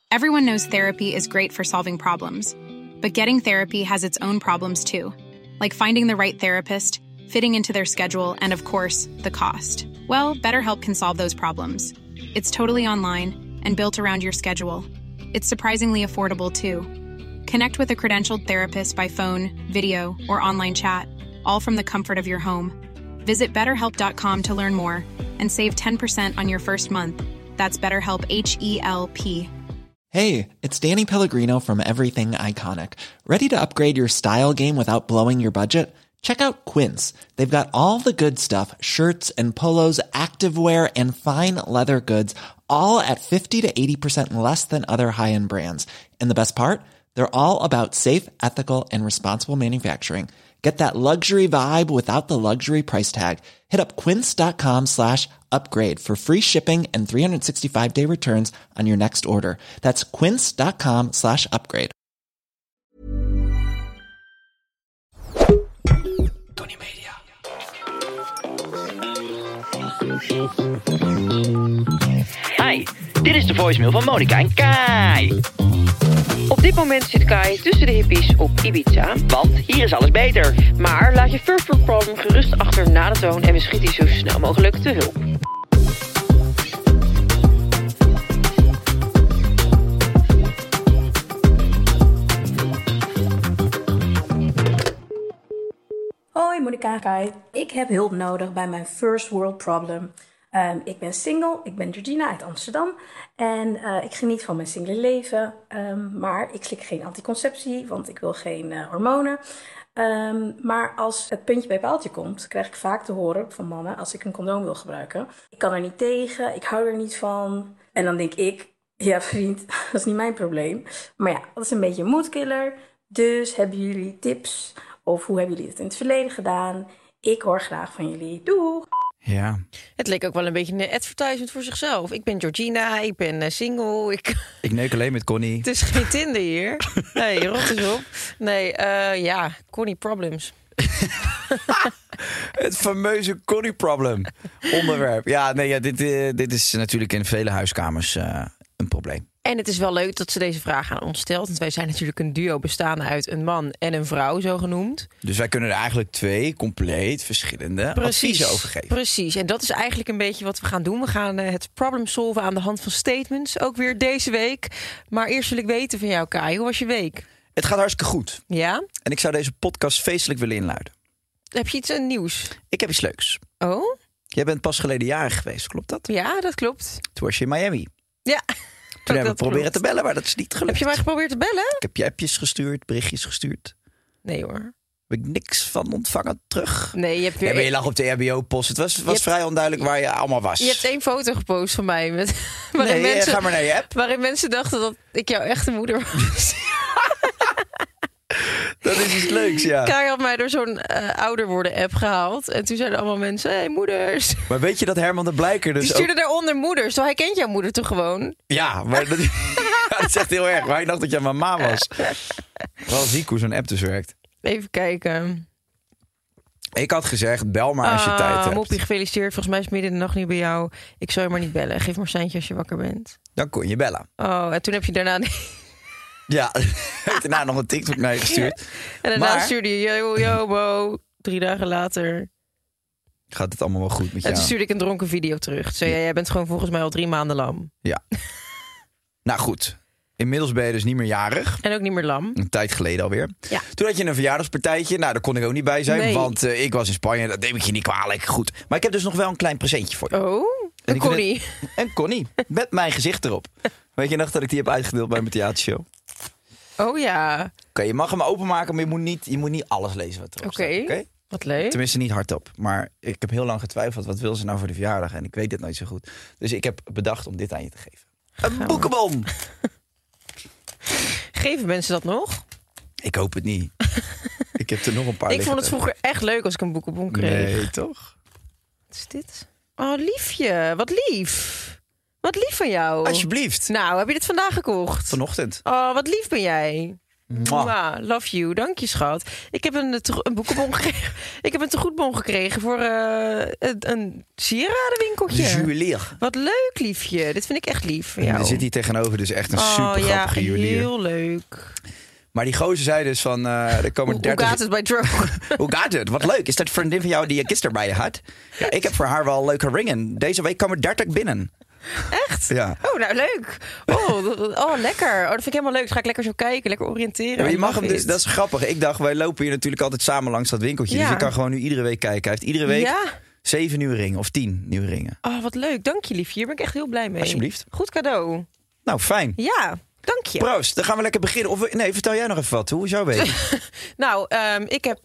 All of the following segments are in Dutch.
Everyone knows therapy is great for solving problems, but getting therapy has its own problems too, like finding the right therapist, fitting into their schedule, and of course, the cost. Well, BetterHelp can solve those problems. It's totally online and built around your schedule. It's surprisingly affordable too. Connect with a credentialed therapist by phone, video, or online chat, all from the comfort of your home. Visit BetterHelp.com to learn more and save 10% on your first month. That's BetterHelp, H-E-L-P. Hey, it's Danny Pellegrino from Everything Iconic. Ready to upgrade your style game without blowing your budget? Check out Quince. They've got all the good stuff, shirts and polos, activewear, and fine leather goods, all at 50 to 80% less than other high-end brands. And the best part? They're all about safe, ethical, and responsible manufacturing. Get that luxury vibe without the luxury price tag. Hit up quince.com/upgrade for free shipping and 365-day returns on your next order. That's quince.com/upgrade. Tony Media. Hi, dit is de voicemail van Monica en Kai. Op dit moment zit Kai tussen de hippies op Ibiza. Want hier is alles beter. Maar laat je first world problem gerust achter na de toon en we schieten je zo snel mogelijk te hulp. Hoi Monica en Kai. Ik heb hulp nodig bij mijn first world problem. Ik ben single, ik ben Georgina uit Amsterdam en ik geniet van mijn single leven, maar ik slik geen anticonceptie, want ik wil geen hormonen. Maar als het puntje bij paaltje komt, krijg ik vaak te horen van mannen als ik een condoom wil gebruiken. Ik kan er niet tegen, ik hou er niet van. En dan denk ik, ja vriend, dat is niet mijn probleem. Maar ja, dat is een beetje een moodkiller. Dus hebben jullie tips of hoe hebben jullie het in het verleden gedaan? Ik hoor graag van jullie. Doeg! Ja. Het leek ook wel een beetje een advertisement voor zichzelf. Ik ben Georgina, ik ben single. Ik neuk alleen met Connie. Het is geen Tinder hier. Nee, rot eens op. Nee, Connie problems. Het fameuze Connie problem onderwerp. Ja, nee, ja, dit is natuurlijk in vele huiskamers een probleem. En het is wel leuk dat ze deze vraag aan ons stelt. Want wij zijn natuurlijk een duo bestaande uit een man en een vrouw, zo genoemd. Dus wij kunnen er eigenlijk 2 compleet verschillende adviezen over geven. Precies, en dat is eigenlijk een beetje wat we gaan doen. We gaan het problem solven aan de hand van statements. Ook weer deze week. Maar eerst wil ik weten van jou, Kai. Hoe was je week? Het gaat hartstikke goed. Ja? En ik zou deze podcast feestelijk willen inluiden. Heb je iets nieuws? Ik heb iets leuks. Oh? Jij bent pas geleden jarig geweest, klopt dat? Ja, dat klopt. Toen was je in Miami. Ja. Toen hebben we proberen te bellen, maar dat is niet gelukt. Heb je mij geprobeerd te bellen? Ik heb je appjes gestuurd, berichtjes gestuurd. Nee hoor. Heb ik niks van ontvangen terug. Nee, je hebt weer... Ja, je lag op de RBO-post. Het was vrij onduidelijk waar je allemaal was. Je hebt 1 foto gepost van mij. Ga maar naar je app. Waarin mensen dachten dat ik jouw echte moeder was. Dat is iets leuks, ja. Kai had mij door zo'n ouder worden app gehaald. En toen zeiden allemaal mensen, hey, moeders. Maar weet je dat Herman de Blijker dus die stuurde daaronder moeders. Zo, hij kent jouw moeder toch gewoon? Ja, maar dat, dat is echt heel erg. Maar ik dacht dat jij mama was. Wel ziek hoe zo'n app dus werkt. Even kijken. Ik had gezegd, bel maar als je tijd hebt. Moppie, gefeliciteerd. Volgens mij is het midden in de nacht niet bij jou. Ik zou je maar niet bellen. Geef maar een seintje als je wakker bent. Dan kon je bellen. Oh, en toen heb je daarna... Ja, heb ik daarna nog een TikTok naar je gestuurd. En daarna stuurde je, yo, Bo. 3 dagen later... Gaat het allemaal wel goed met jou? En toen stuurde ik een dronken video terug. Toen zei jij bent gewoon volgens mij al 3 maanden lam. Ja. Nou goed. Inmiddels ben je dus niet meer jarig. En ook niet meer lam. Een tijd geleden alweer. Ja. Toen had je een verjaardagspartijtje. Nou, daar kon ik ook niet bij zijn. Nee. Want ik was in Spanje. Dat neem ik je niet kwalijk. Goed. Maar ik heb dus nog wel een klein presentje voor je. Oh, een Connie. Een Connie. Met mijn gezicht erop. Weet je nog dat ik die heb uitgedeeld bij mijn theatershow? Oh ja. Oké, je mag hem openmaken, maar je moet niet alles lezen wat erop staat. Oké? Wat leuk. Tenminste niet hardop. Maar ik heb heel lang getwijfeld, wat wil ze nou voor de verjaardag? En ik weet het nooit zo goed. Dus ik heb bedacht om dit aan je te geven. Een boekenbon! Geven mensen dat nog? Ik hoop het niet. Ik heb er nog een paar Ik vond het vroeger echt leuk als ik een boekenbon kreeg. Nee, toch? Wat is dit? Oh, liefje. Wat lief. Wat lief van jou. Alsjeblieft. Nou, heb je dit vandaag gekocht? Vanochtend. Oh, wat lief ben jij. Mwah, love you, dank je schat. Ik heb een boekenbon gekregen. Ik heb een tegoedbon gekregen voor een sieradenwinkeltje. De juwelier. Wat leuk, liefje. Dit vind ik echt lief van jou. Er zit hier tegenover dus echt een super grappige juwelier. Heel leuk. Maar die gozer zei dus van... er komen Hoe 30... gaat het bij Droog? Hoe gaat het? Wat leuk. Is dat een vriendin van jou die je gisteren bij je had? Ja, ik heb voor haar wel leuke ringen. Deze week komen 30 binnen. Echt? Ja. Oh, nou leuk. Lekker. Dat vind ik helemaal leuk. Dus ga ik lekker zo kijken, lekker oriënteren. Ja, je mag hem dus, dat is grappig. Ik dacht, wij lopen hier natuurlijk altijd samen langs dat winkeltje. Ja. Dus ik kan gewoon nu iedere week kijken. Hij heeft iedere week 7 nieuwe ringen of 10 nieuwe ringen. Oh, wat leuk. Dank je, liefje. Hier ben ik echt heel blij mee. Alsjeblieft. Goed cadeau. Nou, fijn. Ja, dank je. Proost, dan gaan we lekker beginnen. Of, nee, vertel jij nog even wat. Hoe is jouw week? Nou, ik heb...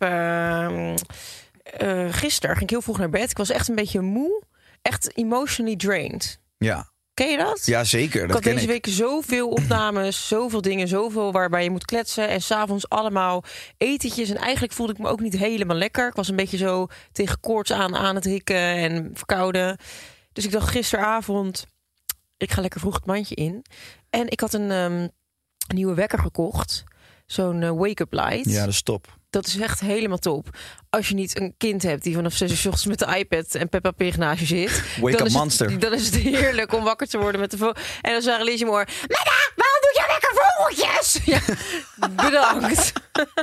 gisteren ging ik heel vroeg naar bed. Ik was echt een beetje moe. Echt emotionally drained. Ja. Ken je dat? Ja, zeker. Ik had deze week zoveel opnames, zoveel dingen, zoveel waarbij je moet kletsen. En 's avonds allemaal etentjes. En eigenlijk voelde ik me ook niet helemaal lekker. Ik was een beetje zo tegen koorts aan het hikken en verkouden. Dus ik dacht gisteravond, ik ga lekker vroeg het mandje in. En ik had een nieuwe wekker gekocht. Zo'n wake-up light. Ja, dat is top. Dat is echt helemaal top. Als je niet een kind hebt die vanaf 6 uur 's ochtends met de iPad en Peppa Pig naast je zit. Wake up monster. Dan is het heerlijk om wakker te worden met de En dan zei Liesje Moore: Mama, waarom doe je lekker vogeltjes? Ja, bedankt.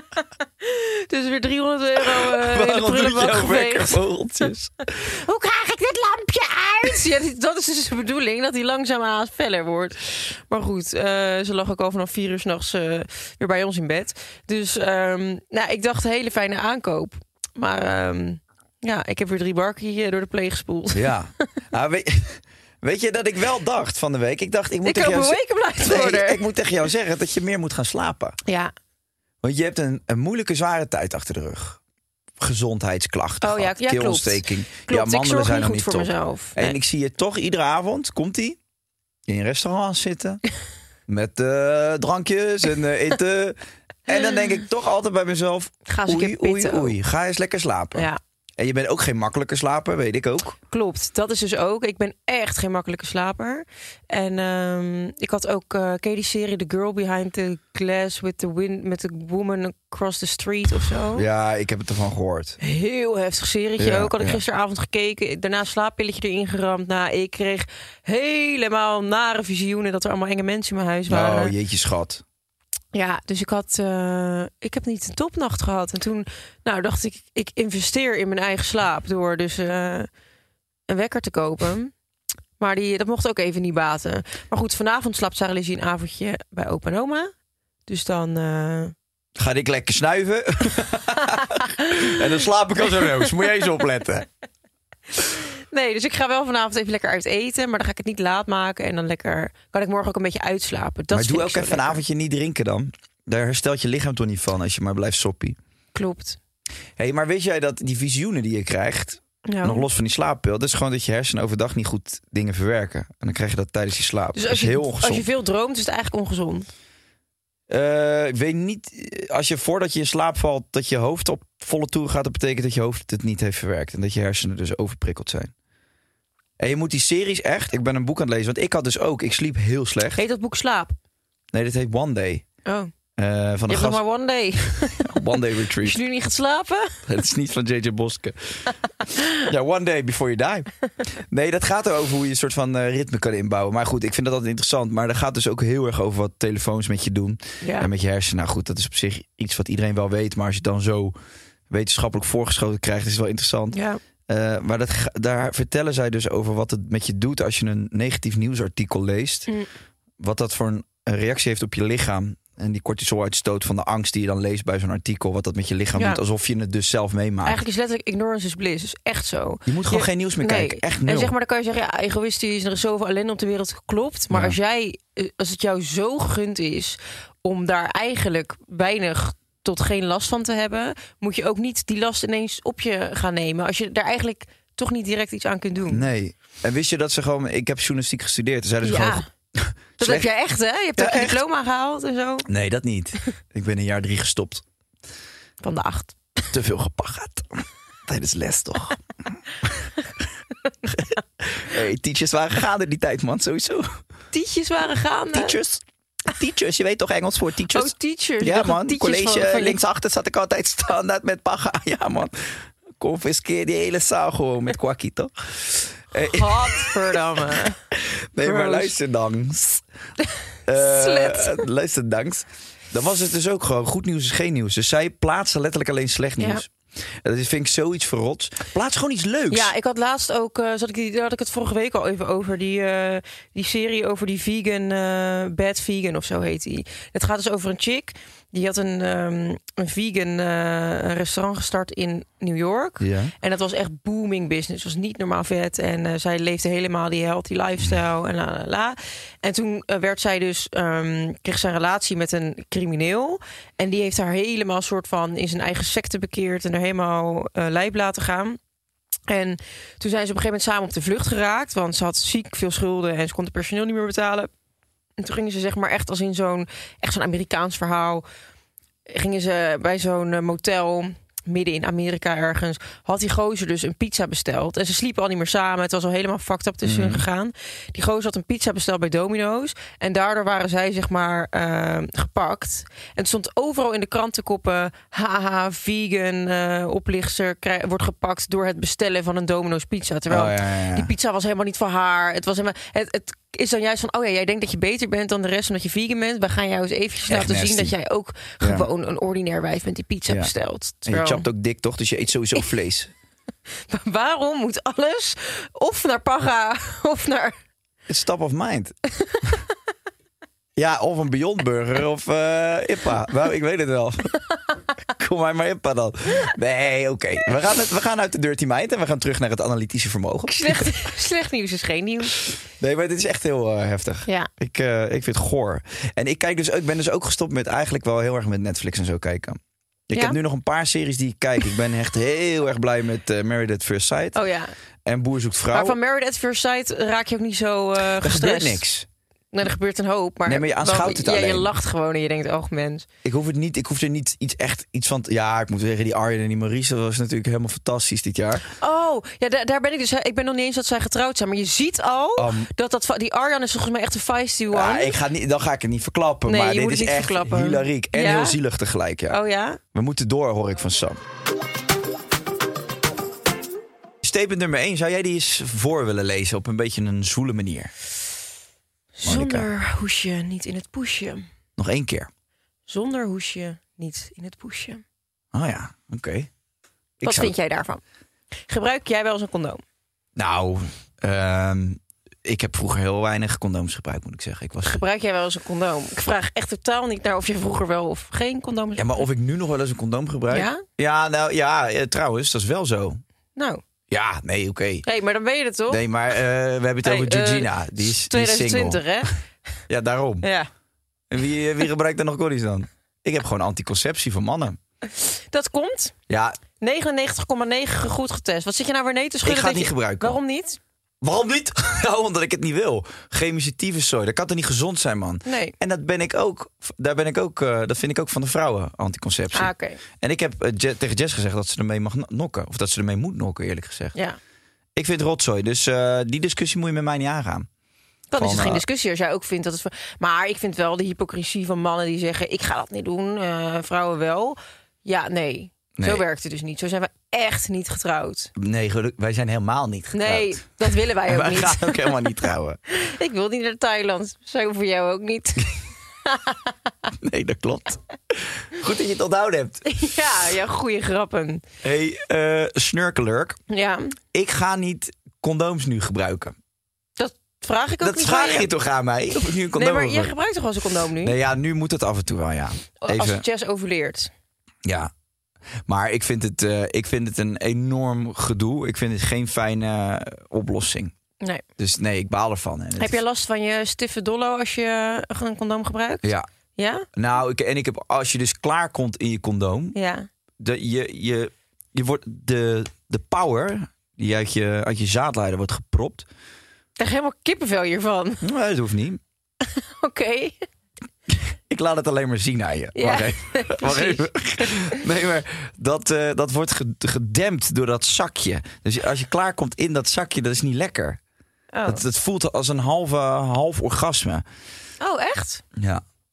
Dus weer €300 in de prullenbak geveegd. Vogeltjes? Hoe krijg ik dit lampje uit? Ja, dat is dus de bedoeling, dat hij langzaamaan feller wordt. Maar goed, ze lag ook al vanaf 4 uur 's nachts weer bij ons in bed. Dus ik dacht, een hele fijne aankoop. Maar ik heb weer 3 barkie door de pleeg gespoeld. Ja. Nou, weet je dat ik wel dacht van de week? Ik dacht, ik moet tegen jou worden. ik moet tegen jou zeggen dat je meer moet gaan slapen. Ja. Want je hebt een moeilijke, zware tijd achter de rug. Gezondheidsklachten, keelontsteking. Klopt. Ja, mandelen zijn nog niet niet voor top. mezelf. En ik zie je toch iedere avond, komt-ie, in restaurants zitten. Met drankjes en eten. En dan denk ik toch altijd bij mezelf, Ga eens een keer oei, ga eens lekker slapen. Ja. En je bent ook geen makkelijke slaper, weet ik ook. Klopt, dat is dus ook. Ik ben echt geen makkelijke slaper. En ik had ook, ken je die serie The Girl Behind the Glass with the Woman Across the Street of zo? Ja, ik heb het ervan gehoord. Heel heftig serietje ook. Had ik gisteravond gekeken. Daarna een slaappilletje erin geramd. Nou, ik kreeg helemaal nare visioenen dat er allemaal enge mensen in mijn huis waren. Oh, jeetje schat. Ja, dus ik heb niet een topnacht gehad. En toen dacht ik investeer in mijn eigen slaap door dus een wekker te kopen. Maar dat mocht ook even niet baten. Maar goed, vanavond slaapt Sarah Lizzie een avondje bij opa en oma. Dus dan... Ga ik lekker snuiven. En dan slaap ik als een roos. Moet je eens opletten. Nee, dus ik ga wel vanavond even lekker uit eten. Maar dan ga ik het niet laat maken. En dan kan ik morgen ook een beetje uitslapen. Dat maar doe ook even een avondje niet drinken dan. Daar herstelt je lichaam toch niet van als je maar blijft soppie. Klopt. Hey, maar weet jij dat die visioenen die je krijgt, nog los van die slaappil, dat is gewoon dat je hersenen overdag niet goed dingen verwerken. En dan krijg je dat tijdens je slaap. Dus dat is heel ongezond. Als je veel droomt, is het eigenlijk ongezond. Ik weet niet, als je voordat je in slaap valt, dat je hoofd op volle toer gaat, dat betekent dat je hoofd het niet heeft verwerkt. En dat je hersenen dus overprikkeld zijn. En je moet die series echt... Ik ben een boek aan het lezen, want ik had dus ook... Ik sliep heel slecht. Heet dat boek Slaap? Nee, dit heet One Day. Oh. Van je hebt nog maar One Day. One Day Retreat. Als je nu niet gaat slapen? Het is niet van J.J. Boske. Ja, One Day Before You Die. Nee, dat gaat erover hoe je een soort van ritme kan inbouwen. Maar goed, ik vind dat altijd interessant. Maar dat gaat dus ook heel erg over wat telefoons met je doen. Ja. En met je hersenen. Nou goed, dat is op zich iets wat iedereen wel weet. Maar als je het dan zo wetenschappelijk voorgeschoten krijgt, is het wel interessant. Ja. Maar daar vertellen zij dus over wat het met je doet als je een negatief nieuwsartikel leest. Wat dat voor een reactie heeft op je lichaam. En die cortisoluitstoot van de angst die je dan leest bij zo'n artikel. Wat dat met je lichaam doet. Alsof je het dus zelf meemaakt. Eigenlijk is letterlijk ignorance is bliss. Dus echt zo. Je moet gewoon geen nieuws meer kijken. Echt nul. En zeg maar, dan kan je zeggen, ja, egoïstisch. Er is zoveel ellende op de wereld. Klopt. Maar als het jou zo gegund is om daar eigenlijk weinig tot geen last van te hebben, moet je ook niet die last ineens op je gaan nemen. Als je daar eigenlijk toch niet direct iets aan kunt doen. Nee. En wist je dat ze gewoon... Ik heb journalistiek gestudeerd. Zeiden ze gewoon... Dat heb jij echt, hè? Je hebt ook je diploma gehaald en zo. Nee, dat niet. Ik ben in jaar 3 gestopt. Van de 8. Te veel gepaggerd. Tijdens les, toch? Hey, teachers waren gaande die tijd, man. Sowieso. Teachers waren gaande? Teachers. teachers. Je weet toch Engels voor teachers? Oh, teachers. Ja, man. Teachers College linksachter zat ik altijd standaard met paga. Ja, man. Confiskeer die hele zaal gewoon met kwakkie, toch? Godverdamme. Nee, maar Gross. luister dan. Slet. Luister dan. Dan was het dus ook gewoon goed nieuws is geen nieuws. Dus zij plaatsen letterlijk alleen slecht nieuws. Dat vind ik zoiets verrots. Plaats gewoon iets leuks. Ja, ik had laatst ook, daar had ik het vorige week al even over, die serie over die vegan, Bad Vegan of zo heet die. Het gaat dus over een chick, die had een vegan restaurant gestart in New York. Ja. En dat was echt booming business, het was niet normaal vet. En zij leefde helemaal die healthy lifestyle en la la la. En toen werd zij dus, kreeg zij een relatie met een crimineel. En die heeft haar helemaal soort van in zijn eigen secte bekeerd en er helemaal lijp laten gaan. En toen zijn ze op een gegeven moment samen op de vlucht geraakt. Want ze had ziek veel schulden en ze kon het personeel niet meer betalen. En toen gingen ze zeg maar echt als in zo'n Amerikaans verhaal. Gingen ze bij zo'n motel midden in Amerika ergens. Had die gozer dus een pizza besteld. En ze sliepen al niet meer samen. Het was al helemaal fucked up tussen hun gegaan. Die gozer had een pizza besteld bij Domino's. En daardoor waren zij zeg maar gepakt. En het stond overal in de krantenkoppen. Haha, vegan oplichter wordt gepakt door het bestellen van een Domino's pizza. Terwijl die pizza was helemaal niet voor haar. Het was helemaal... Het is dan juist van, oh ja, jij denkt dat je beter bent dan de rest omdat je vegan bent. We gaan jou eens eventjes laten zien dat jij ook gewoon een ordinair wijf bent die pizza bestelt. Terwijl... En je chapt ook dik, toch? Dus je eet sowieso vlees. Waarom moet alles of naar Paga of naar... It's top of mind. Ja, of een Beyond Burger of Ippa. Nou, ik weet het wel. Kom maar Ippa dan. Nee, oké. We gaan uit de dirty mind en we gaan terug naar het analytische vermogen. Slecht nieuws is geen nieuws. Nee, maar dit is echt heel heftig. Ja. Ik vind het goor. En ik ben dus ook gestopt met eigenlijk wel heel erg met Netflix en zo kijken. Ik heb nu nog een paar series die ik kijk. Ik ben echt heel erg blij met Married at First Sight. Oh ja. En Boer zoekt vrouw. Maar van Married at First Sight raak je ook niet zo gestrest. Er gebeurt niks. Nee, er gebeurt een hoop. Maar je aanschouwt het alleen. Je lacht gewoon en je denkt, oh mens. Ik hoef er niet iets van... Ja, ik moet zeggen, die Arjen en die Maurice was natuurlijk helemaal fantastisch dit jaar. Oh, ja, daar ben ik dus... Ik ben nog niet eens dat zij getrouwd zijn. Maar je ziet al die Arjan is volgens mij echt een feisty one. Ja, dan ga ik het niet verklappen. Nee, maar dit is echt hilariek en heel zielig tegelijk. Ja. Oh ja? We moeten door, hoor ik van Sam. Statement nummer 1. Zou jij die eens voor willen lezen op een beetje een zwoele manier? Zonder hoesje, niet in het poesje. Nog 1 keer. Zonder hoesje, niet in het poesje. Oh ja, oké. Wat vind jij daarvan? Gebruik jij wel eens een condoom? Nou, ik heb vroeger heel weinig condooms gebruikt, moet ik zeggen. Gebruik jij wel eens een condoom? Ik vraag echt totaal niet naar of je vroeger wel of geen condooms. Ja, maar of ik nu nog wel eens een condoom gebruik? Ja? Ja, nou ja, trouwens, dat is wel zo. Nou. Ja, nee, oké. Hey, maar dan weet je het toch? Nee, maar we hebben het over Georgina. Die is 2020, die is hè? Ja, daarom. Ja. En wie gebruikt dan nog condoms dan? Ik heb gewoon anticonceptie voor mannen. Dat komt. Ja. 99,9 goed getest. Wat zit je nou weer nee te schudden? Ik ga het niet gebruiken. Waarom niet? Waarom niet? Nou, omdat ik het niet wil. Chemische tyfuszooi, dat kan toch niet gezond zijn, man? Nee. En dat vind ik ook van de vrouwen, anticonceptie. Oké. En ik heb tegen Jess gezegd dat ze ermee mag nokken. Of dat ze ermee moet nokken, eerlijk gezegd. Ja. Ik vind het rotzooi, dus die discussie moet je met mij niet aangaan. Dan is het geen discussie als jij ook vindt dat het... Maar ik vind wel de hypocrisie van mannen die zeggen... ik ga dat niet doen, vrouwen wel. Ja, nee. Zo werkt het dus niet. Zo zijn we echt niet getrouwd. Nee, wij zijn helemaal niet getrouwd. Nee, dat willen wij ook niet. Wij gaan ook helemaal niet trouwen. Ik wil niet naar Thailand. Zo voor jou ook niet. Nee, dat klopt. Goed dat je het onthouden hebt. Ja, goede grappen. Hey, snurkelurk. Ja. Ik ga niet condooms nu gebruiken. Dat vraag ik ook niet. Dat vraag je toch aan mij? Of ik nu een condoom nee, maar je gebruikt toch wel eens een condoom nu? Nee, ja, nu moet het af en toe wel, ja. Even. Als Jess overleert. Ja. Maar ik vind het een enorm gedoe. Ik vind het geen fijne oplossing. Nee. Dus nee, ik baal ervan. Heb jij last van je stiffe dollo als je een condoom gebruikt? Ja. Ja? Nou, ik heb, als je dus klaar komt in je condoom... Ja. Je wordt de power die uit je zaadleider wordt gepropt. Ik krijg helemaal kippenvel hiervan. Nee, dat hoeft niet. Oké. Ik laat het alleen maar zien aan je. Ja, Wacht even. Nee, maar dat wordt gedempt door dat zakje. Dus als je klaar komt in dat zakje, dat is niet lekker. Oh. Dat voelt als een half orgasme. Oh, echt? Ja.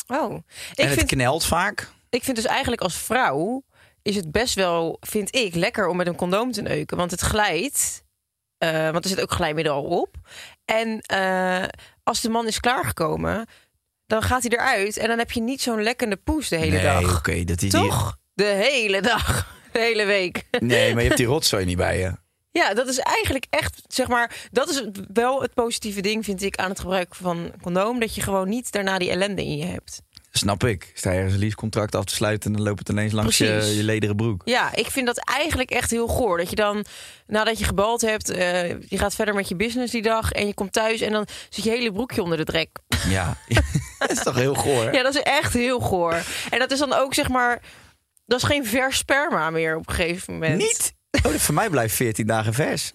Oh. Het knelt vaak. Ik vind dus eigenlijk als vrouw is het best wel, vind ik, lekker om met een condoom te neuken. Want het glijdt. Want er zit ook glijmiddel al op. En als de man is klaargekomen, dan gaat hij eruit. En dan heb je niet zo'n lekkende poes de hele dag. Oké, dat Toch? De hele dag. De hele week. Nee, maar je hebt die rotzooi niet bij je. Ja, dat is eigenlijk echt, zeg maar, dat is wel het positieve ding, vind ik, aan het gebruik van condoom. Dat je gewoon niet daarna die ellende in je hebt. Snap ik. Sta je ergens een liefcontract af te sluiten en dan loopt het ineens langs je lederen broek. Ja, ik vind dat eigenlijk echt heel goor. Dat je dan, nadat je gebald hebt, je gaat verder met je business die dag en je komt thuis en dan zit je hele broekje onder de drek. Ja, dat is toch heel goor? Ja, dat is echt heel goor. En dat is dan ook, zeg maar, dat is geen vers sperma meer op een gegeven moment. Niet? Oh, dat voor mij blijft 14 dagen vers.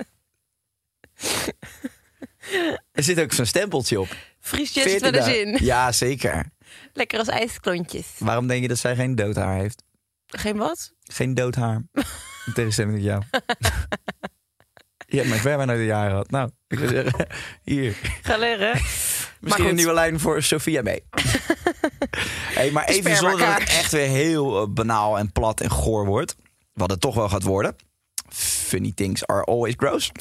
Er zit ook zo'n stempeltje op. Vriest je het wel eens in? Ja, zeker. Lekker als ijsklontjes. Waarom denk je dat zij geen doodhaar heeft? Geen wat? Geen doodhaar. In tegenstelling tot jou. Je hebt mijn verma nooit een jaar gehad. Nou, ik wil zeggen, hier. Ga leren. Misschien een nieuwe lijn voor Sophia mee. Hey, maar even zonder dat het echt weer heel banaal en plat en goor wordt. Wat het toch wel gaat worden. Funny things are always gross.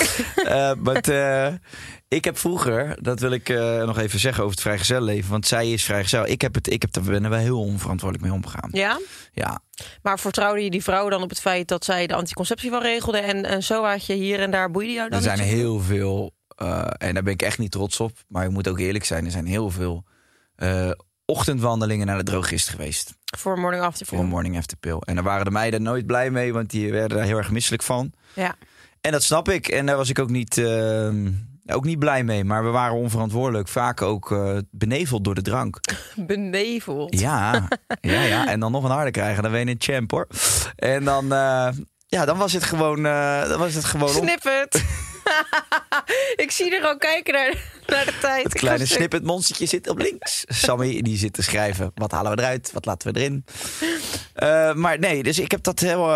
Ik heb vroeger, dat wil ik nog even zeggen over het vrijgezellenleven. Want zij is vrijgezel. Ben er wel heel onverantwoordelijk mee omgegaan. Ja? Ja. Maar vertrouwde je die vrouw dan op het feit dat zij de anticonceptie wel regelde? En zo had je hier en daar boeide jou dan? Er zijn heel veel, en daar ben ik echt niet trots op. Maar ik moet ook eerlijk zijn, er zijn heel veel ochtendwandelingen naar de drogist geweest. Voor een morning after pill. Voor een morning after pill. En daar waren de meiden nooit blij mee, want die werden daar heel erg misselijk van. Ja. En dat snap ik. En daar was ik ook niet blij mee. Maar we waren onverantwoordelijk. Vaak ook beneveld door de drank. Beneveld? Ja. En dan nog een harde krijgen. Dan ben je een champ, hoor. En dan, dan was het gewoon... Snippet! Ik zie er al kijken naar de tijd. Het kleine snippet monstertje zit op links. Sammy, die zit te schrijven. Wat halen we eruit? Wat laten we erin? Maar nee, dus ik heb dat heel...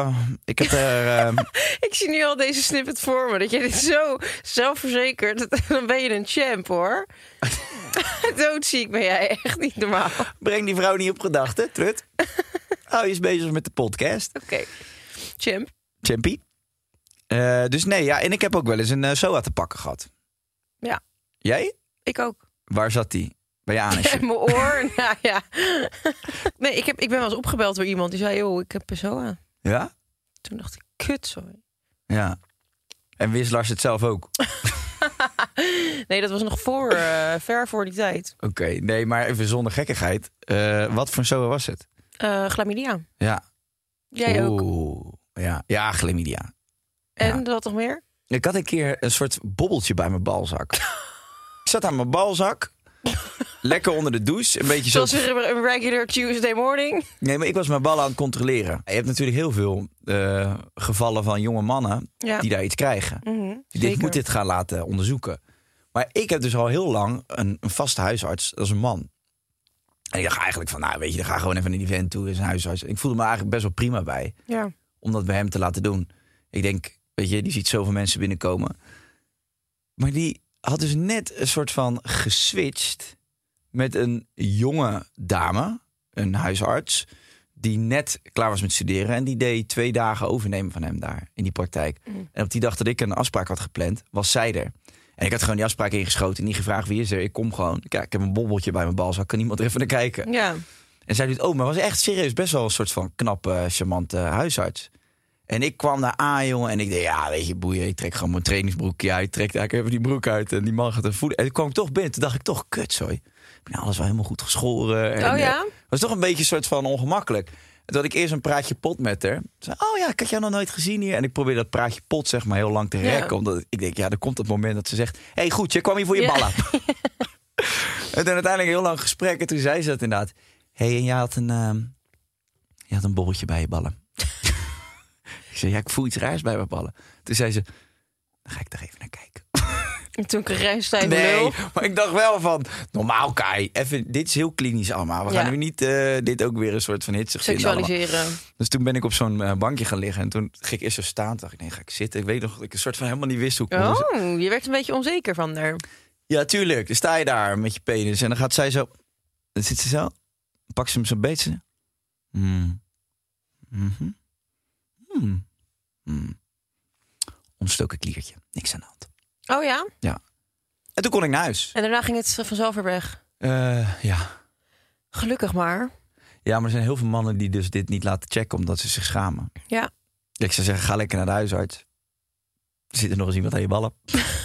Ik zie nu al deze snippet voor me. Dat je dit zo zelfverzekerd... Dan ben je een champ, hoor. Doodziek ben jij. Echt niet normaal. Breng die vrouw niet op gedachten, Trut. Hou je eens bezig met de podcast. Oké. Champ. Champie. Dus nee, ja. En ik heb ook wel eens een SOA te pakken gehad. Ja. Jij? Ik ook. Waar zat die? Bij je anusje? Mijn oor. Nou ja. Nee, ik ben wel eens opgebeld door iemand die zei... joh, ik heb SOA. Ja? Toen dacht ik, kut, sorry. Ja. En wist Lars het zelf ook? Nee, dat was nog ver voor die tijd. Oké, nee, maar even zonder gekkigheid. Wat voor SOA was het? Chlamydia. Ja. Jij ook? Ja, chlamydia. En wat nog meer? Ik had een keer een soort bobbeltje bij mijn balzak. Ik zat aan mijn balzak. Lekker onder de douche. Een beetje zoals een regular Tuesday morning. Nee, maar ik was mijn ballen aan het controleren. Je hebt natuurlijk heel veel gevallen van jonge mannen die daar iets krijgen. Mm-hmm, die moet dit gaan laten onderzoeken. Maar ik heb dus al heel lang een vaste huisarts. Dat is een man. En ik dacht eigenlijk van, nou weet je, dan ga gewoon even naar die vent toe. Is een huisarts. Ik voelde me eigenlijk best wel prima bij. Ja. Om dat bij hem te laten doen. Ik denk, weet je, die ziet zoveel mensen binnenkomen. Maar die had dus net een soort van geswitcht met een jonge dame, een huisarts, die net klaar was met studeren. En die deed 2 dagen overnemen van hem daar in die praktijk. Mm. En op die dag dat ik een afspraak had gepland, was zij er. En ik had gewoon die afspraak ingeschoten en niet gevraagd wie is er. Ik kom gewoon. Kijk, ik heb een bobbeltje bij mijn balzak. Kan niemand er even naar kijken? Ja. En zij doet, maar was echt serieus best wel een soort van knappe, charmante huisarts. En ik kwam daar aan, jongen. En ik dacht, ja, weet je, boeien. Ik trek gewoon mijn trainingsbroekje uit. Trek eigenlijk even die broek uit. En die man gaat er voeden. En toen kwam ik toch binnen. Toen dacht ik toch, kutzooi. Ik ben alles wel helemaal goed geschoren. En, oh ja? Was toch een beetje een soort van ongemakkelijk. En toen had ik eerst een praatje pot met haar. Zei, oh ja, ik had jou nog nooit gezien hier. En ik probeerde dat praatje pot zeg maar heel lang te rekken. Ja. Omdat ik denk, ja, er komt het moment dat ze zegt, hey, goed, je kwam hier voor je ballen. En toen uiteindelijk een heel lang gesprek. En toen zei ze dat inderdaad. Hey, en je had een bobbeltje bij je ballen. Ik zei, ja, ik voel iets raars bij mijn ballen. Toen zei ze, dan ga ik er even naar kijken. En toen kreeg jij Nee, maar ik dacht wel van, normaal Kai, even, dit is heel klinisch allemaal. We gaan nu niet dit ook weer een soort van hitsig seksualiseren. Dus toen ben ik op zo'n bankje gaan liggen. En toen ging ik eerst zo staan. Toen dacht ik, nee, ga ik zitten. Ik weet nog dat ik een soort van helemaal niet wist hoe ik moest. Oh, je werd een beetje onzeker van haar. Ja, tuurlijk. Dan sta je daar met je penis. En dan gaat zij zo, dan zit ze zo. Pak ze hem zo'n beetje. Ontstoken kliertje. Niks aan de hand. Oh ja? Ja. En toen kon ik naar huis. En daarna ging het vanzelf weer weg? Ja. Gelukkig maar. Ja, maar er zijn heel veel mannen die dus dit niet laten checken omdat ze zich schamen. Ja. Ik zou zeggen, ga lekker naar de huisarts. Er zit er nog eens iemand aan je ballen.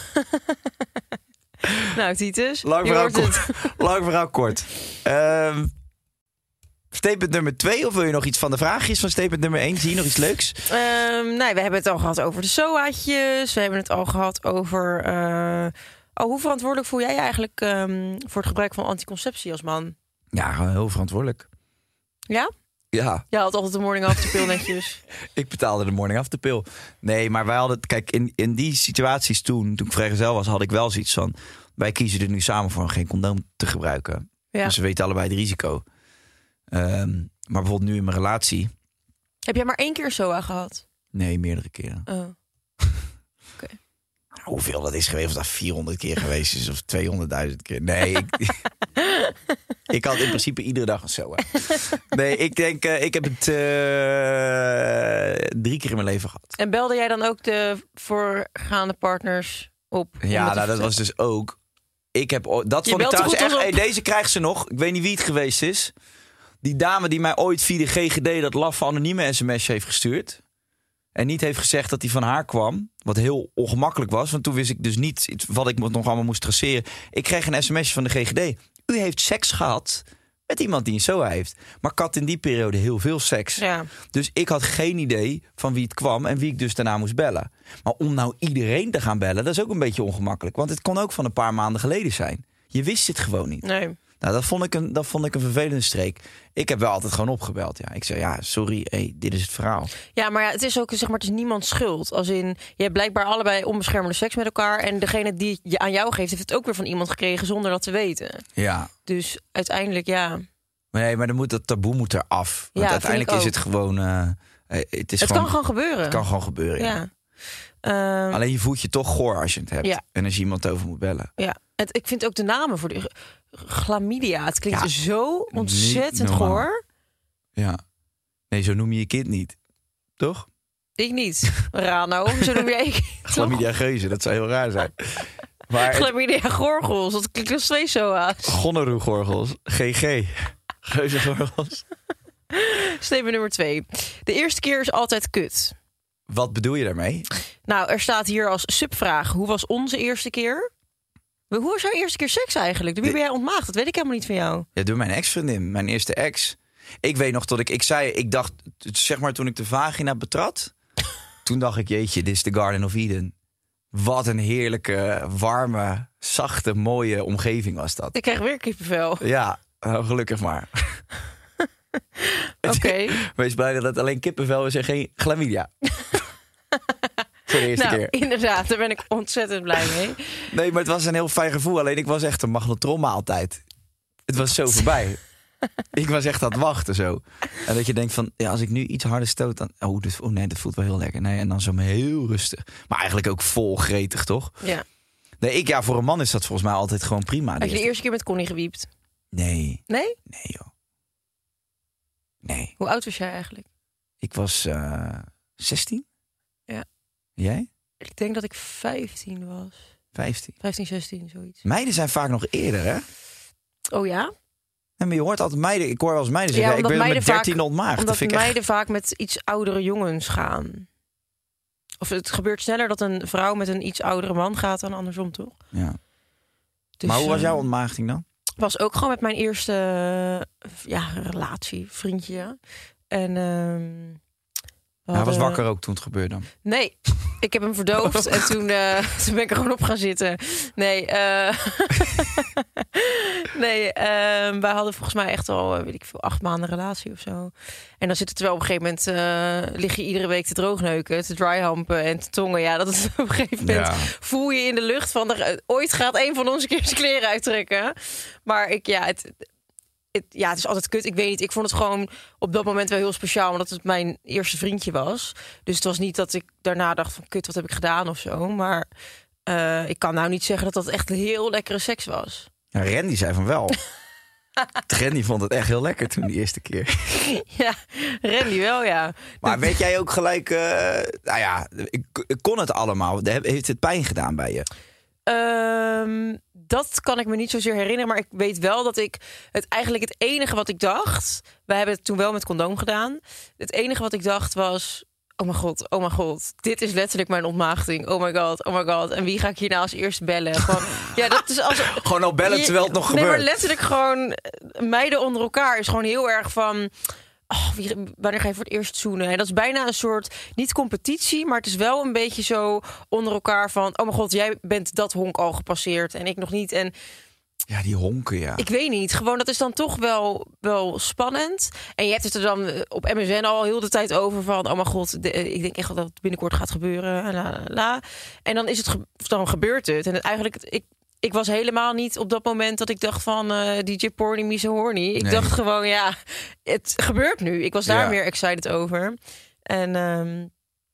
Nou, Titus. Lang verhaal kort. Statement nummer 2, of wil je nog iets van de vraagjes van statement nummer 1? Zie je nog iets leuks? Nee, we hebben het al gehad over de SOA'tjes. We hebben het al gehad over... hoe verantwoordelijk voel jij je eigenlijk voor het gebruik van anticonceptie als man? Ja, gewoon heel verantwoordelijk. Ja? Ja. Jij had altijd de morning after pill netjes. Ik betaalde de morning after pill. Nee, maar wij hadden... Kijk, in die situaties toen ik vrijgezel was, had ik wel zoiets van... Wij kiezen er nu samen voor om geen condoom te gebruiken. Ja. Dus we weten allebei het risico. Maar bijvoorbeeld nu in mijn relatie... Heb jij maar 1 keer SOA gehad? Nee, meerdere keren. Oh. Hoeveel dat is geweest, of dat 400 keer geweest is, of 200.000 keer. Nee, ik had in principe iedere dag een SOA. Nee, ik denk, ik heb het 3 keer in mijn leven gehad. En belde jij dan ook de voorgaande partners op? Ja, nou, dat was dus ook... Dat vond ik trouwens echt... Hey, deze krijgt ze nog. Ik weet niet wie het geweest is. Die dame die mij ooit via de GGD dat laffe anonieme sms'je heeft gestuurd. En niet heeft gezegd dat die van haar kwam. Wat heel ongemakkelijk was. Want toen wist ik dus niet wat ik nog allemaal moest traceren. Ik kreeg een sms'je van de GGD. U heeft seks gehad met iemand die een SOA heeft. Maar ik had in die periode heel veel seks. Ja. Dus ik had geen idee van wie het kwam en wie ik dus daarna moest bellen. Maar om nou iedereen te gaan bellen, dat is ook een beetje ongemakkelijk. Want het kon ook van een paar maanden geleden zijn. Je wist het gewoon niet. Nee. Nou, dat vond ik een vervelende streek. Ik heb wel altijd gewoon opgebeld. Ja. Ik zei, ja, sorry, dit is het verhaal. Ja, maar ja, het is ook, zeg maar, het is niemands schuld. Als in, je hebt blijkbaar allebei onbeschermde seks met elkaar. En degene die je aan jou geeft, heeft het ook weer van iemand gekregen zonder dat te weten. Ja. Dus uiteindelijk, ja. Nee, maar dat taboe moet eraf. Want Ja, uiteindelijk is het gewoon... Het kan gewoon gebeuren. Het kan gewoon gebeuren, ja. Alleen je voelt je toch goor als je het hebt. Ja. En als je iemand over moet bellen. Ja, ik vind ook de namen voor de chlamydia. Het klinkt zo ontzettend goor. Ja. Nee, zo noem je je kind niet. Toch? Ik niet. Rano, zo noem jij je chlamydia geuze, dat zou heel raar zijn. Maar chlamydia gorgels, dat klinkt als 2 SOA's. Gonorroe gorgels, GG. Geuze gorgels. Statement nummer 2. De eerste keer is altijd kut. Wat bedoel je daarmee? Nou, er staat hier als subvraag: hoe was onze eerste keer? Hoe was jouw eerste keer seks eigenlijk? Door wie ben jij ontmaagd? Dat weet ik helemaal niet van jou. Ja, door mijn ex-vriendin, mijn eerste ex. Ik weet nog dat ik dacht, zeg maar toen ik de vagina betrad, toen dacht ik, jeetje, dit is de Garden of Eden. Wat een heerlijke, warme, zachte, mooie omgeving was dat. Ik krijg weer kippenvel. Ja, gelukkig maar. Oké. Wees blij dat het alleen kippenvel is en geen chlamydia. Voor de eerste keer. Inderdaad, daar ben ik ontzettend blij mee. Nee, maar het was een heel fijn gevoel. Alleen ik was echt een magnetronmaaltijd. Het was zo voorbij. Ik was echt aan het wachten zo. En dat je denkt van, ja, als ik nu iets harder stoot, dan... nee, dat voelt wel heel lekker. Nee, en dan zo heel rustig. Maar eigenlijk ook vol gretig, toch? Ja. Nee, voor een man is dat volgens mij altijd gewoon prima. Had je de eerste keer met Connie gewiept? Nee. Nee? Nee, joh. Nee. Hoe oud was jij eigenlijk? Ik was 16. Ja. Jij? Ik denk dat ik 15 was. 15? 15, 16, zoiets. Meiden zijn vaak nog eerder, hè? Oh ja? Ja, maar je hoort altijd meiden. Ik hoor wel eens meiden zeggen, ik ben met 13 ontmaagd. Omdat meiden vaak met iets oudere jongens gaan. Of het gebeurt sneller dat een vrouw met een iets oudere man gaat dan andersom, toch? Ja. Dus, maar hoe was jouw ontmaagding dan? Was ook gewoon met mijn eerste relatie, vriendje. En hij was wakker ook toen het gebeurde? Nee, ik heb hem verdoofd en toen ben ik er gewoon op gaan zitten. Nee, wij hadden volgens mij echt al, 8 maanden relatie of zo. En dan zit het wel op een gegeven moment, lig je iedere week te droogneuken, te dryhampen en te tongen. Ja, dat is op een gegeven moment voel je in de lucht van, ooit gaat een van ons een keer zijn kleren uittrekken. Maar het is altijd kut. Ik weet niet, ik vond het gewoon op dat moment wel heel speciaal, omdat het mijn eerste vriendje was. Dus het was niet dat ik daarna dacht van, kut, wat heb ik gedaan of zo. Maar ik kan nou niet zeggen dat dat echt heel lekkere seks was. Ja, Randy zei van wel. Randy vond het echt heel lekker toen die eerste keer. Ja, Randy wel, ja. Maar weet jij ook gelijk... ik kon het allemaal. Heeft het pijn gedaan bij je? Dat kan ik me niet zozeer herinneren. Maar ik weet wel dat ik het enige wat ik dacht... Wij hebben het toen wel met condoom gedaan. Het enige wat ik dacht was... Oh mijn god, dit is letterlijk mijn ontmaagding. Oh my god. En wie ga ik hierna als eerste bellen? Gewoon, ja, dat is als... Gewoon al bellen terwijl het nog gebeurt. Nee, maar letterlijk gewoon... Meiden onder elkaar is gewoon heel erg van... wanneer ga je voor het eerst zoenen? En dat is bijna een soort, niet competitie... maar het is wel een beetje zo onder elkaar van... oh mijn god, jij bent dat honk al gepasseerd en ik nog niet. En ja, die honken, ja. ik weet niet, gewoon dat is dan toch wel spannend. En je hebt het er dan op MSN al heel de tijd over van... oh mijn god, ik denk echt dat het binnenkort gaat gebeuren. En dan is het dan gebeurt het. En ik was helemaal niet op dat moment dat ik dacht van... DJ Porny, Mise Horny. Ik dacht gewoon, ja, het gebeurt nu. Ik was daar meer excited over. En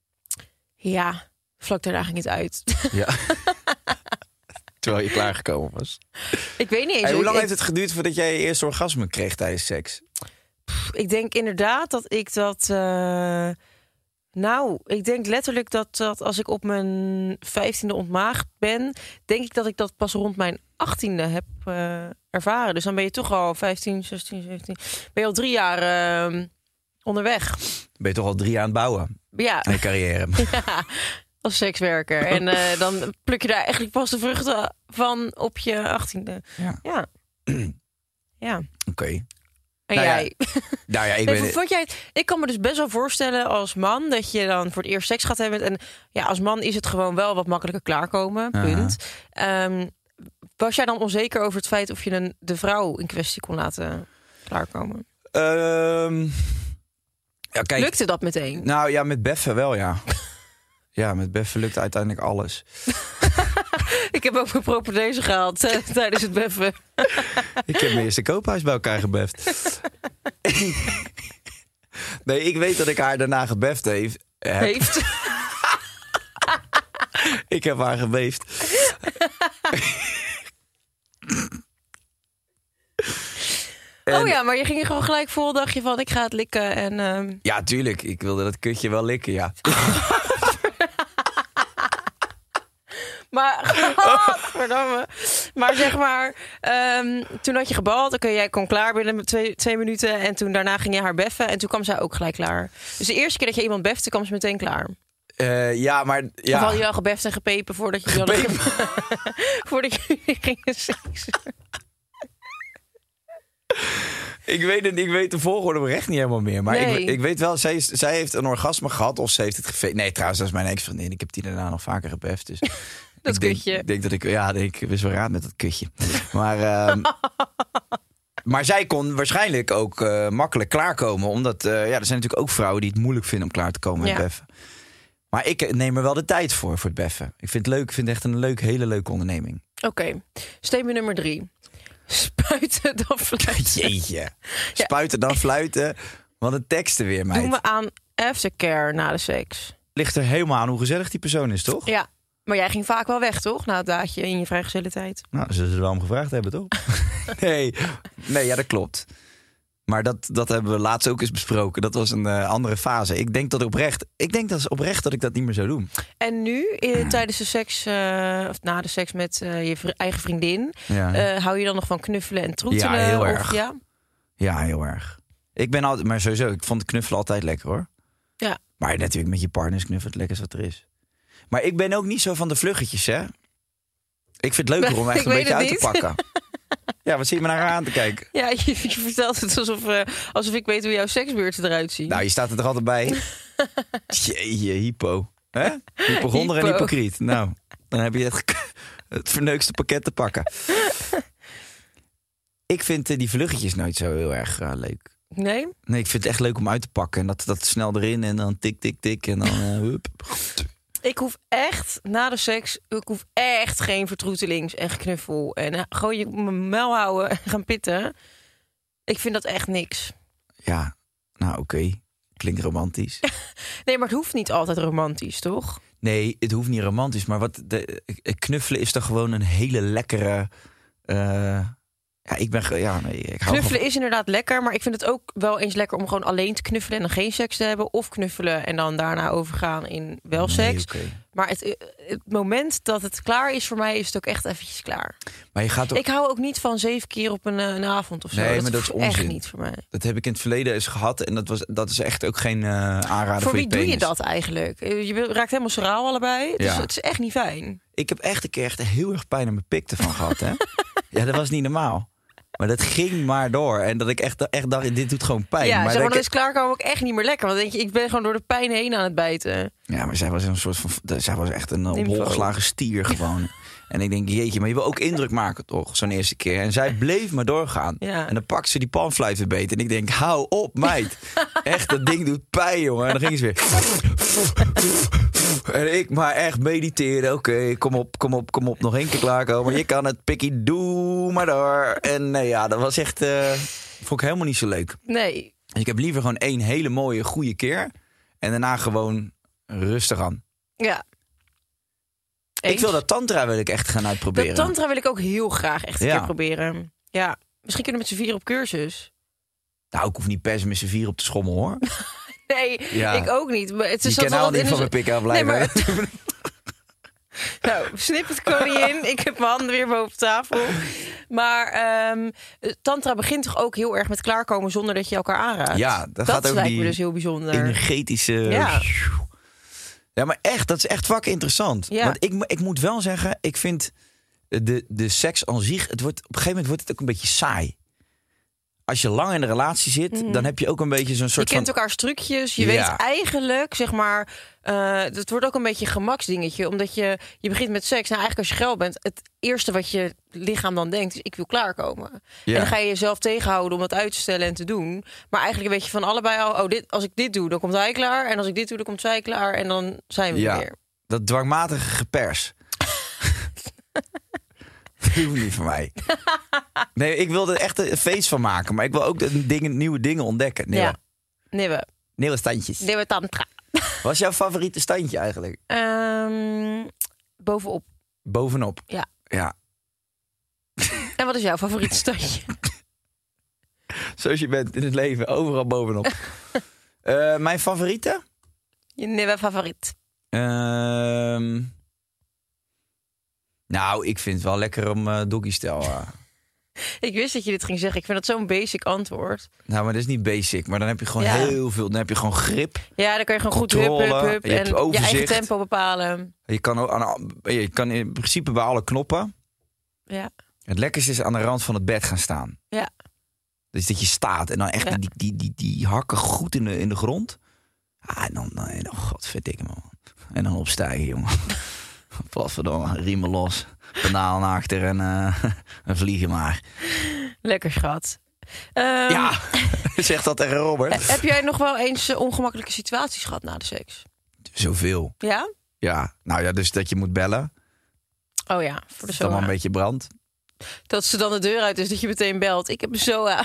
vlak daarna ging het uit. Ja. Terwijl je klaargekomen was. Ik weet niet eens. Hey, hoe lang heeft het geduurd voordat jij je eerste orgasme kreeg tijdens seks? Ik denk inderdaad dat ik dat... ik denk letterlijk dat als ik op mijn 15e ontmaagd ben... denk ik dat ik dat pas rond mijn 18e heb ervaren. Dus dan ben je toch al 15, 16, 17... ben je al 3 jaar onderweg. Ben je toch al 3 jaar aan het bouwen? Ja. Aan je carrière. Ja, als sekswerker. En dan pluk je daar eigenlijk pas de vruchten van op je 18e. Ja. Ja. Oké. En jij? Ik kan me dus best wel voorstellen als man... dat je dan voor het eerst seks gaat hebben. En ja, als man is het gewoon wel wat makkelijker klaarkomen. Punt. Was jij dan onzeker over het feit... of je de vrouw in kwestie kon laten klaarkomen? Ja, kijk, lukte dat meteen? Nou ja, met beffen wel, ja. Ja, met beffen lukt uiteindelijk alles. Ik heb ook mijn propedeuse gehaald tijdens het beffen. Ik heb mijn eerste koophuis bij elkaar gebeft. Nee, ik weet dat ik haar daarna gebeft heeft. Ik heb haar gebeefd. Oh ja, maar je ging er gewoon gelijk vol, dacht je van ik ga het likken en... Ja, tuurlijk. Ik wilde dat kutje wel likken, ja. Maar zeg maar, toen had je gebald, jij kwam klaar binnen 2 minuten en toen daarna ging je haar beffen en toen kwam zij ook gelijk klaar. Dus de eerste keer dat je iemand befte, kwam ze meteen klaar. Ja, maar... Ja. Of had je al gebeft en gepepen voordat je voordat je ging seksen? Ik weet de volgorde oprecht niet helemaal meer. Maar nee. ik weet wel, zij heeft een orgasme gehad of ze heeft het gefeest. Nee, trouwens, dat is mijn ex-vriendin. Ik heb die daarna nog vaker gebeft. Dus dat kutje. Ik denk dat ik wist wel raad met dat kutje. Maar, maar zij kon waarschijnlijk ook makkelijk klaarkomen. Omdat er zijn natuurlijk ook vrouwen die het moeilijk vinden om klaar te komen met beffen. Maar ik neem er wel de tijd voor het beffen. Ik vind het leuk. Ik vind het echt een hele leuke onderneming. Oké. Statement nummer 3. Spuiten dan fluiten. Jeetje. Spuiten dan fluiten. Wat een teksten weer, meid. Doen we aan aftercare na de seks. Ligt er helemaal aan hoe gezellig die persoon is, toch? Ja. Maar jij ging vaak wel weg, toch? Na het daadje in je vrijgezellentijd. Nou, zullen ze er wel om gevraagd hebben, toch? Nee, ja, dat klopt. Maar dat hebben we laatst ook eens besproken. Dat was een andere fase. Ik denk dat oprecht dat ik dat niet meer zou doen. En nu, tijdens de seks, of na de seks met je eigen vriendin... hou je dan nog van knuffelen en troetelen? Ja, heel erg. Ja, heel erg. Ik ben altijd, maar sowieso, ik vond knuffelen altijd lekker, hoor. Ja. Maar natuurlijk met je partners knuffelen het lekkerst wat er is. Maar ik ben ook niet zo van de vluggetjes, hè. Ik vind het leuker om echt een beetje uit te pakken. Ja, wat zie je me naar aan te kijken? Ja, je vertelt het alsof ik weet hoe jouw seksbeurten eruit zien. Nou, je staat er toch altijd bij? Jeetje, hypo. Hè? Hypochonder en hypocriet. Nou, dan heb je het verneukste pakket te pakken. Ik vind die vluggetjes nooit zo heel erg leuk. Nee? Nee, ik vind het echt leuk om uit te pakken. En dat snel erin en dan tik, tik, tik. En dan hup. Ik hoef echt, na de seks, geen vertroetelings en geknuffel. En gewoon je mijn mel houden en gaan pitten. Ik vind dat echt niks. Ja, nou oké. Klinkt romantisch. Nee, maar het hoeft niet altijd romantisch, toch? Nee, het hoeft niet romantisch. Maar knuffelen is toch gewoon een hele lekkere... Ja, ik hou Knuffelen is inderdaad lekker, maar ik vind het ook wel eens lekker om gewoon alleen te knuffelen en dan geen seks te hebben. Of knuffelen en dan daarna overgaan in wel seks. Okay. Maar het moment dat het klaar is voor mij, is het ook echt eventjes klaar. Maar je gaat ook... Ik hou ook niet van 7 keer op een avond of zo. Nee, maar dat is onzin. Echt niet voor mij. Dat heb ik in het verleden eens gehad en dat is echt ook geen aanrader voor wie je penis. doe je dat eigenlijk? Je raakt helemaal schraal allebei. Dus het is echt niet fijn. Ik heb echt een keer heel erg pijn aan mijn pik ervan gehad. Hè? Ja, dat was niet normaal. Maar dat ging maar door. En dat ik echt dacht, dit doet gewoon pijn. Ja, maar dan is klaarkomen ook echt niet meer lekker. Want dan denk je, ik ben gewoon door de pijn heen aan het bijten. Ja, maar zij was echt een op hol geslagen stier gewoon. En ik denk, jeetje, maar je wil ook indruk maken toch, zo'n eerste keer. En zij bleef maar doorgaan. Ja. En dan pakt ze die panfluit weer beet. En ik denk, hou op, meid. Echt, dat ding doet pijn, jongen. En dan ging ze weer. En ik maar echt mediteren. Oké, kom op. Nog 1 keer klaarkomen. Je kan het, pikkie, doe maar door. En nee, ja, dat was echt... vond ik helemaal niet zo leuk. Nee. Ik heb liever gewoon 1 hele mooie, goede keer. En daarna gewoon rustig aan. Ja. Ik wil dat tantra wil ik echt gaan uitproberen. Dat tantra wil ik ook heel graag echt een keer proberen. Ja, misschien kunnen we met z'n 4 op cursus. Nou, ik hoef niet per se met z'n 4 op te schommel, hoor. Nee, ik ook niet. Maar het is je kan nou niet van mijn pik afblijven. Nee, nou, snip het koningin. Ik heb mijn handen weer boven tafel. Maar tantra begint toch ook heel erg met klaarkomen zonder dat je elkaar aanraakt. Ja, dat lijkt me dus heel bijzonder. Energetische... Ja, maar echt, dat is echt fucking interessant. Ja. Want ik moet wel zeggen, ik vind de seks aan zich, op een gegeven moment wordt het ook een beetje saai. Als je lang in een relatie zit, dan heb je ook een beetje zo'n soort van... Je kent elkaar trucjes. Je weet eigenlijk, zeg maar... het wordt ook een beetje een gemaksdingetje. Omdat je begint met seks. Nou, eigenlijk als je geil bent... het eerste wat je lichaam dan denkt is... ik wil klaarkomen. Ja. En dan ga je jezelf tegenhouden om het uit te stellen en te doen. Maar eigenlijk weet je van allebei al... als ik dit doe, dan komt hij klaar. En als ik dit doe, dan komt zij klaar. En dan zijn we weer. Dat dwangmatige gepers. Dat hoeft niet voor mij. Nee, ik wil er echt een feest van maken. Maar ik wil ook nieuwe dingen ontdekken. Nieuwe standjes. Nieuwe tantra. Wat is jouw favoriete standje eigenlijk? Bovenop. Bovenop? Ja. En wat is jouw favoriete standje? Zoals je bent in het leven. Overal bovenop. Mijn favoriete? Je nieuwe favoriet. Nou, ik vind het wel lekker om doggy-stijl. Ik wist dat je dit ging zeggen. Ik vind dat zo'n basic antwoord. Nou, maar dat is niet basic. Maar dan heb je gewoon heel veel. Dan heb je gewoon grip. Ja, dan kan je gewoon controle, goed hup. Je hebt en overzicht. je eigen tempo bepalen. Je kan in principe bij alle knoppen. Ja. Het lekkerste is aan de rand van het bed gaan staan. Ja. Dus dat je staat en dan echt die hakken goed in de grond. En dan godverdikke man. En dan opstijgen, jongen. Potverdomme, riemen los, pedaal naar achter en vliegen maar. Lekker schat. Ja, zeg dat tegen Robert. Heb jij nog wel eens ongemakkelijke situaties gehad na de seks? Zoveel. Ja? Ja, nou ja, dus dat je moet bellen. Oh ja, voor de SOA. Dan een beetje brand. Dat ze dan de deur uit is, dat je meteen belt. Ik heb een SOA.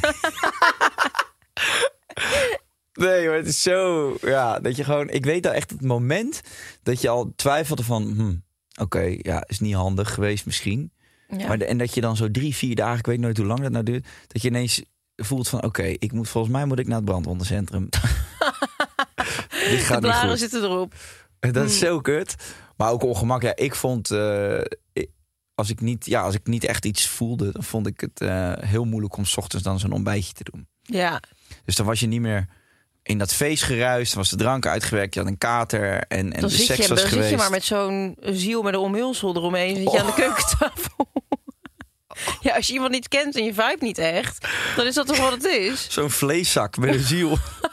Nee hoor, het is zo... Ja, dat je gewoon... Ik weet al echt het moment dat je al twijfelde van... Oké, is niet handig geweest misschien. Ja. Maar en dat je dan zo 3-4 dagen... Ik weet nooit hoe lang dat nou duurt. Dat je ineens voelt van... Oké, volgens mij moet ik naar het brandwondencentrum. Dit gaat de blaren niet goed. Zitten erop. Dat is zo kut. Maar ook ongemak. Ja, ik vond... Als ik niet echt iets voelde... dan vond ik het heel moeilijk om 's ochtends dan zo'n ontbijtje te doen. Ja. Dus dan was je niet meer... in dat feest geruist, was de drank uitgewerkt, je had een kater en de seks was geweest. Dan zit je maar met zo'n ziel met een omhulsel eromheen, zit je aan de keukentafel. Ja, als je iemand niet kent en je vibe niet echt, dan is dat toch wat het is? Zo'n vleeszak met een ziel.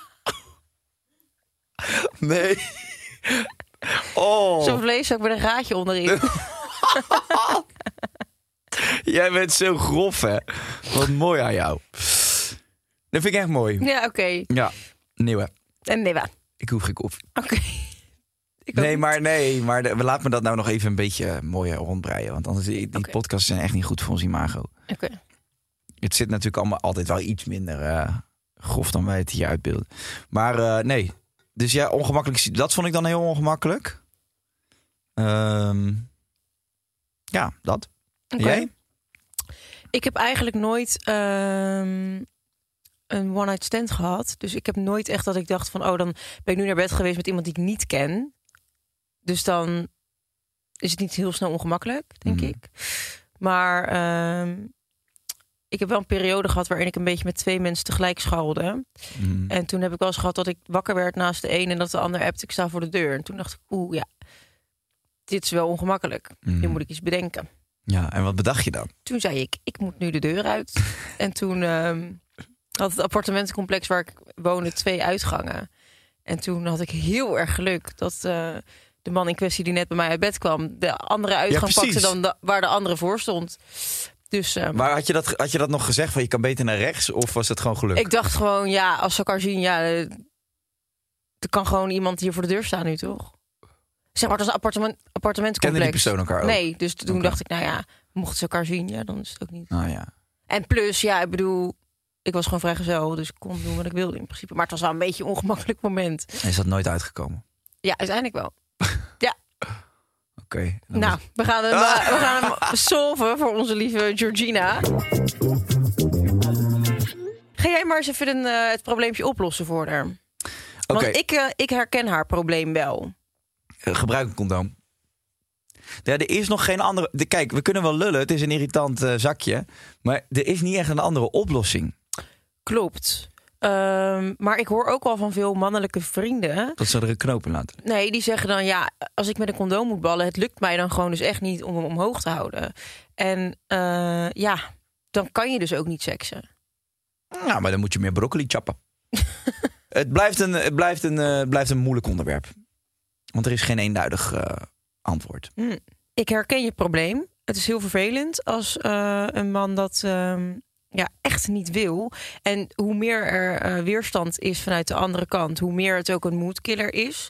Nee. Oh. Zo'n vleeszak met een gaatje onderin. Jij bent zo grof, hè? Wat mooi aan jou. Dat vind ik echt mooi. Ja, oké. Ja. Nieuwe. En nieuwe. Ik hoef geen koffie. Oké. Maar laat me dat nou nog even een beetje mooi rondbreien. Want anders die podcasts zijn echt niet goed voor ons imago. Oké. Het zit natuurlijk allemaal altijd wel iets minder grof dan wij het hier uitbeelden. Maar nee. Dus ja, ongemakkelijk. Dat vond ik dan heel ongemakkelijk. Ja, dat. Okay. Jij? Ik heb eigenlijk nooit een one-night stand gehad. Dus ik heb nooit echt dat ik dacht van... dan ben ik nu naar bed geweest met iemand die ik niet ken. Dus dan is het niet heel snel ongemakkelijk, denk ik. Maar ik heb wel een periode gehad... waarin ik een beetje met 2 mensen tegelijk scharrelde. En toen heb ik wel eens gehad dat ik wakker werd naast de een... en dat de ander appte, ik sta voor de deur. En toen dacht ik, dit is wel ongemakkelijk. Nu moet ik iets bedenken. Ja, en wat bedacht je dan? Toen zei ik moet nu de deur uit. En toen had het appartementencomplex waar ik woonde 2 uitgangen. En toen had ik heel erg geluk dat de man in kwestie die net bij mij uit bed kwam... de andere uitgang pakte dan waar de andere voor stond. Dus, maar had je dat nog gezegd van je kan beter naar rechts? Of was het gewoon geluk? Ik dacht gewoon, als ze elkaar zien... er kan gewoon iemand hier voor de deur staan nu, toch? Zeg maar, het was een appartementencomplex. Kende die persoon elkaar ook? Nee, dus toen dacht ik, mochten ze elkaar zien... dan is het ook niet. Oh, ja. En plus, ik bedoel... Ik was gewoon vrijgezel, dus ik kon doen wat ik wilde in principe. Maar het was wel een beetje een ongemakkelijk moment. En is dat nooit uitgekomen? Ja, uiteindelijk wel. Ja. Oké. We gaan hem solven voor onze lieve Georgina. Ga jij maar eens even het probleempje oplossen voor haar. Want ik herken haar probleem wel. Gebruik een condoom. Ja, er is nog geen andere... Kijk, we kunnen wel lullen, het is een irritant zakje. Maar er is niet echt een andere oplossing. Klopt. Maar ik hoor ook al van veel mannelijke vrienden... Dat ze er een knoop in laten. Nee, die zeggen dan, als ik met een condoom moet ballen... het lukt mij dan gewoon dus echt niet om hem omhoog te houden. En dan kan je dus ook niet seksen. Nou, maar dan moet je meer broccoli chappen. Het blijft een moeilijk onderwerp. Want er is geen eenduidig antwoord. Ik herken je probleem. Het is heel vervelend als een man dat... echt niet wil. En hoe meer er weerstand is vanuit de andere kant... hoe meer het ook een moodkiller is.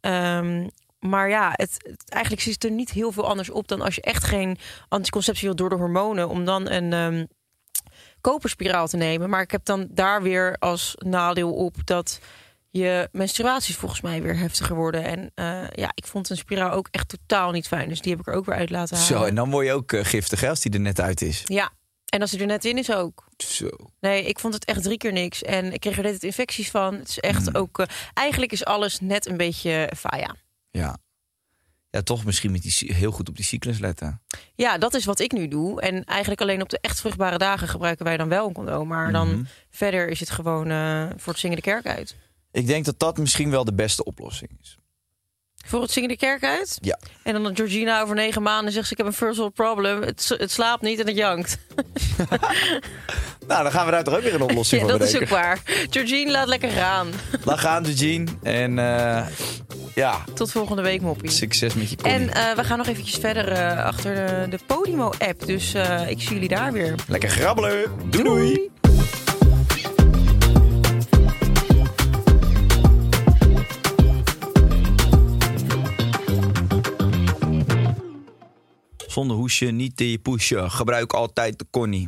Maar eigenlijk zit er niet heel veel anders op... dan als je echt geen anticonceptie wilt door de hormonen... om dan een koperspiraal te nemen. Maar ik heb dan daar weer als nadeel op... dat je menstruaties volgens mij weer heftiger worden. En ik vond een spiraal ook echt totaal niet fijn. Dus die heb ik er ook weer uit laten halen. Zo, en dan word je ook giftig hè, als die er net uit is. Ja. En als hij er net in is ook. Zo. Nee, ik vond het echt 3 keer niks. En ik kreeg er net infecties van. Het is echt ook... eigenlijk is alles net een beetje faja. Ja. Ja, toch misschien met heel goed op die cyclus letten. Ja, dat is wat ik nu doe. En eigenlijk alleen op de echt vruchtbare dagen gebruiken wij dan wel een condoom. Maar dan verder is het gewoon voor het zingen de kerk uit. Ik denk dat dat misschien wel de beste oplossing is. Voor het zingen de kerk uit? Ja. En dan Georgina over 9 maanden zegt ze... ik heb een first world problem. Het slaapt niet en het jankt. Nou, dan gaan we daar toch ook weer een oplossing voor bedenken. Dat is ook waar. Georgine, laat lekker gaan. Laat gaan, Georgine. En tot volgende week, moppie. Succes met je Connie. En we gaan nog eventjes verder achter de Podimo-app. Dus ik zie jullie daar weer. Lekker grabbelen. Doei. Zonder hoesje, niet in je poesje. Gebruik altijd de Connie.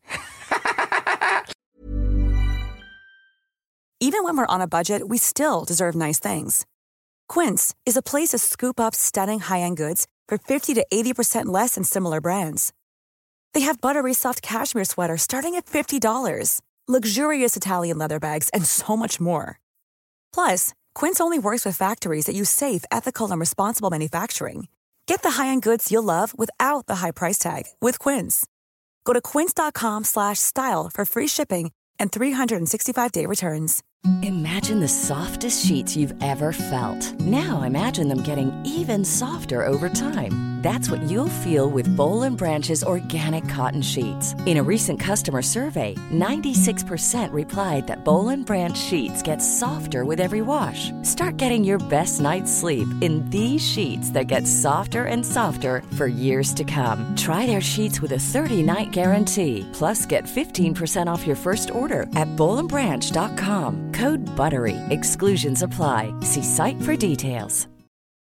Even when we're on a budget, we still deserve nice things. Quince is a place to scoop up stunning high-end goods for 50 to 80% less than similar brands. They have buttery soft cashmere sweaters starting at $50, luxurious Italian leather bags, and so much more. Plus, Quince only works with factories that use safe, ethical, and responsible manufacturing. Get the high-end goods you'll love without the high price tag with Quince. Go to quince.com/style for free shipping and 365-day returns. Imagine the softest sheets you've ever felt. Now imagine them getting even softer over time. That's what you'll feel with Boll & Branch's organic cotton sheets. In a recent customer survey, 96% replied that Boll & Branch sheets get softer with every wash. Start getting your best night's sleep in these sheets that get softer and softer for years to come. Try their sheets with a 30-night guarantee. Plus, get 15% off your first order at bollandbranch.com. Code BUTTERY. Exclusions apply. See site for details.